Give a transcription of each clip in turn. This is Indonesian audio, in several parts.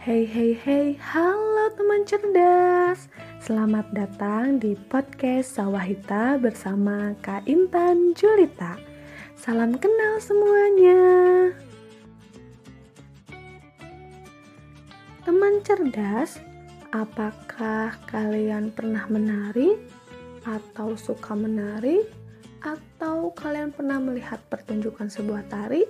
Hey hey hey, halo teman cerdas. Selamat datang di podcast Sawahita bersama Kak Intan Julita. Salam kenal semuanya. Teman cerdas, apakah kalian pernah menari atau suka menari atau kalian pernah melihat pertunjukan sebuah tari?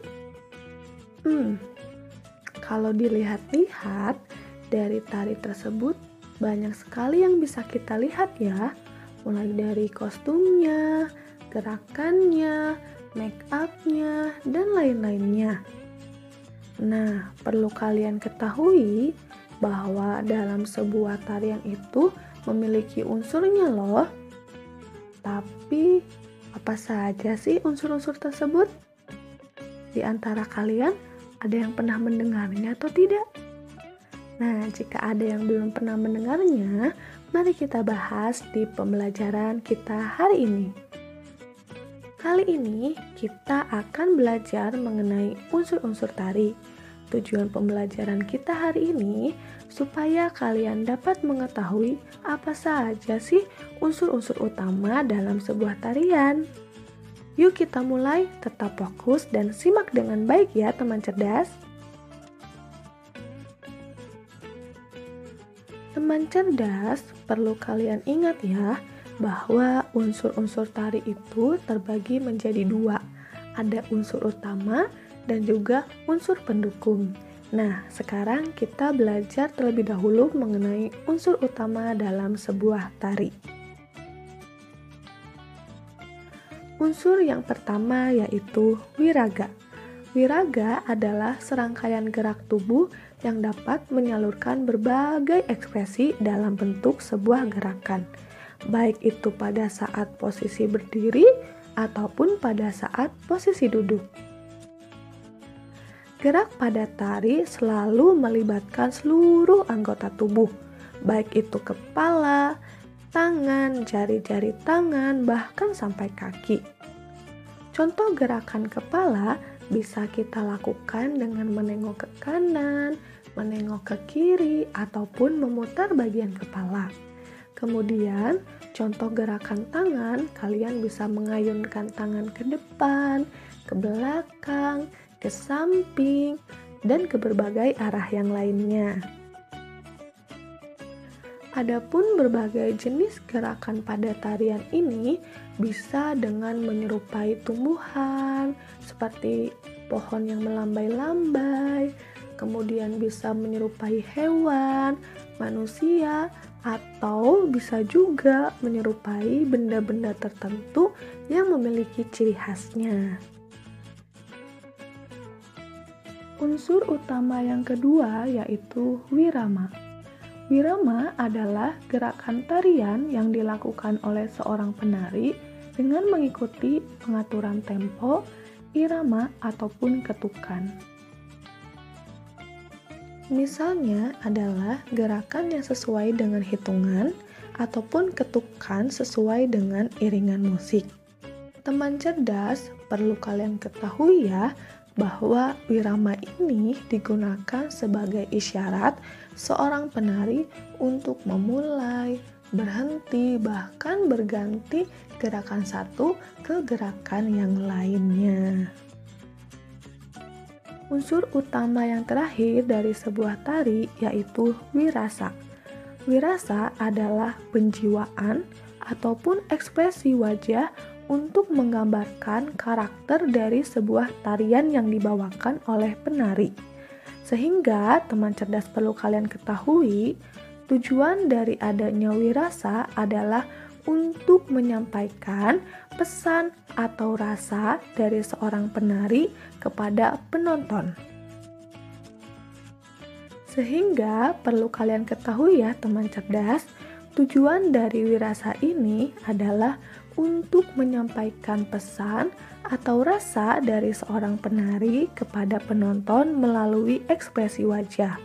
Kalau dilihat-lihat dari tari tersebut banyak sekali yang bisa kita lihat ya, mulai dari kostumnya, gerakannya, make up-nya, dan lain-lainnya. Nah, perlu kalian ketahui bahwa dalam sebuah tarian itu memiliki unsurnya loh. Tapi, apa saja sih unsur-unsur tersebut? Di antara kalian, ada yang pernah mendengarnya atau tidak? Nah, jika ada yang belum pernah mendengarnya, mari kita bahas di pembelajaran kita hari ini. Kali ini kita akan belajar mengenai unsur-unsur tari. Tujuan pembelajaran kita hari ini supaya kalian dapat mengetahui apa saja sih unsur-unsur utama dalam sebuah tarian. Yuk kita mulai, tetap fokus dan simak dengan baik ya teman cerdas. Teman cerdas, perlu kalian ingat ya bahwa unsur-unsur tari itu terbagi menjadi dua. Ada unsur utama dan juga unsur pendukung. Nah, sekarang kita belajar terlebih dahulu mengenai unsur utama dalam sebuah tari. Unsur yang pertama yaitu wiraga. Wiraga adalah serangkaian gerak tubuh yang dapat menyalurkan berbagai ekspresi dalam bentuk sebuah gerakan, baik itu pada saat posisi berdiri ataupun pada saat posisi duduk. Gerak pada tari selalu melibatkan seluruh anggota tubuh, baik itu kepala, tangan, jari-jari tangan, bahkan sampai kaki. Contoh gerakan kepala bisa kita lakukan dengan menengok ke kanan, menengok ke kiri, ataupun memutar bagian kepala. Kemudian, contoh gerakan tangan, kalian bisa mengayunkan tangan ke depan, ke belakang, ke samping, dan ke berbagai arah yang lainnya. Adapun berbagai jenis gerakan pada tarian ini bisa dengan menyerupai tumbuhan seperti pohon yang melambai-lambai, kemudian bisa menyerupai hewan, manusia, atau bisa juga menyerupai benda-benda tertentu yang memiliki ciri khasnya. Unsur utama yang kedua yaitu wirama. Wirama adalah gerakan tarian yang dilakukan oleh seorang penari dengan mengikuti pengaturan tempo, irama, ataupun ketukan. Misalnya adalah gerakan yang sesuai dengan hitungan ataupun ketukan sesuai dengan iringan musik. Teman cerdas, perlu kalian ketahui ya bahwa wirama ini digunakan sebagai isyarat seorang penari untuk memulai, berhenti, bahkan berganti gerakan satu ke gerakan yang lainnya. Unsur utama yang terakhir dari sebuah tari yaitu wirasa. Wirasa adalah penjiwaan ataupun ekspresi wajah untuk menggambarkan karakter dari sebuah tarian yang dibawakan oleh penari. Sehingga teman cerdas perlu kalian ketahui, tujuan dari adanya wirasa adalah untuk menyampaikan pesan atau rasa dari seorang penari kepada penonton. Sehingga perlu kalian ketahui ya teman cerdas, tujuan dari wirasa ini adalah untuk menyampaikan pesan atau rasa dari seorang penari kepada penonton melalui ekspresi wajah.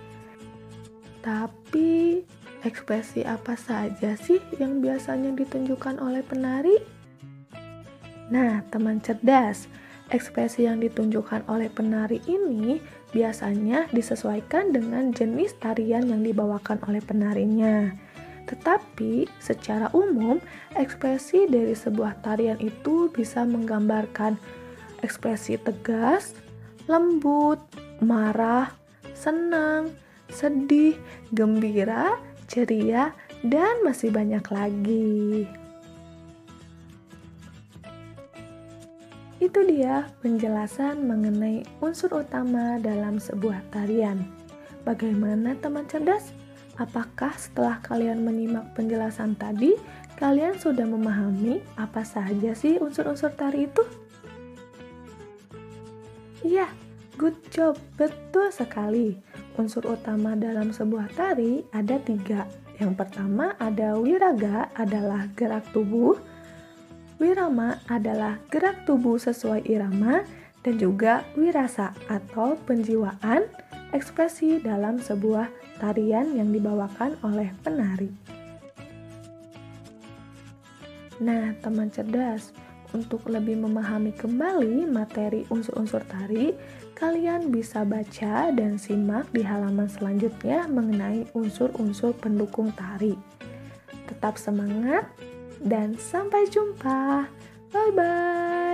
Tapi, ekspresi apa saja sih yang biasanya ditunjukkan oleh penari? Nah, teman cerdas, Ekspresi yang ditunjukkan oleh penari ini biasanya disesuaikan dengan jenis tarian yang dibawakan oleh penarinya. Tetapi secara umum, ekspresi dari sebuah tarian itu bisa menggambarkan ekspresi tegas, lembut, marah, senang, sedih, gembira, ceria, dan masih banyak lagi. Itu dia penjelasan mengenai unsur utama dalam sebuah tarian. Bagaimana teman cerdas? Apakah setelah kalian menyimak penjelasan tadi, kalian sudah memahami apa saja sih unsur-unsur tari itu? Iya, good job, betul sekali. Unsur utama dalam sebuah tari ada 3. Yang pertama ada wiraga, adalah gerak tubuh. Wirama adalah gerak tubuh sesuai irama, dan juga wirasa atau penjiwaan, ekspresi dalam sebuah tarian yang dibawakan oleh penari. Nah, teman cerdas, untuk lebih memahami kembali materi unsur-unsur tari, kalian bisa baca dan simak di halaman selanjutnya mengenai unsur-unsur pendukung tari. Tetap semangat! Dan sampai jumpa. Bye-bye.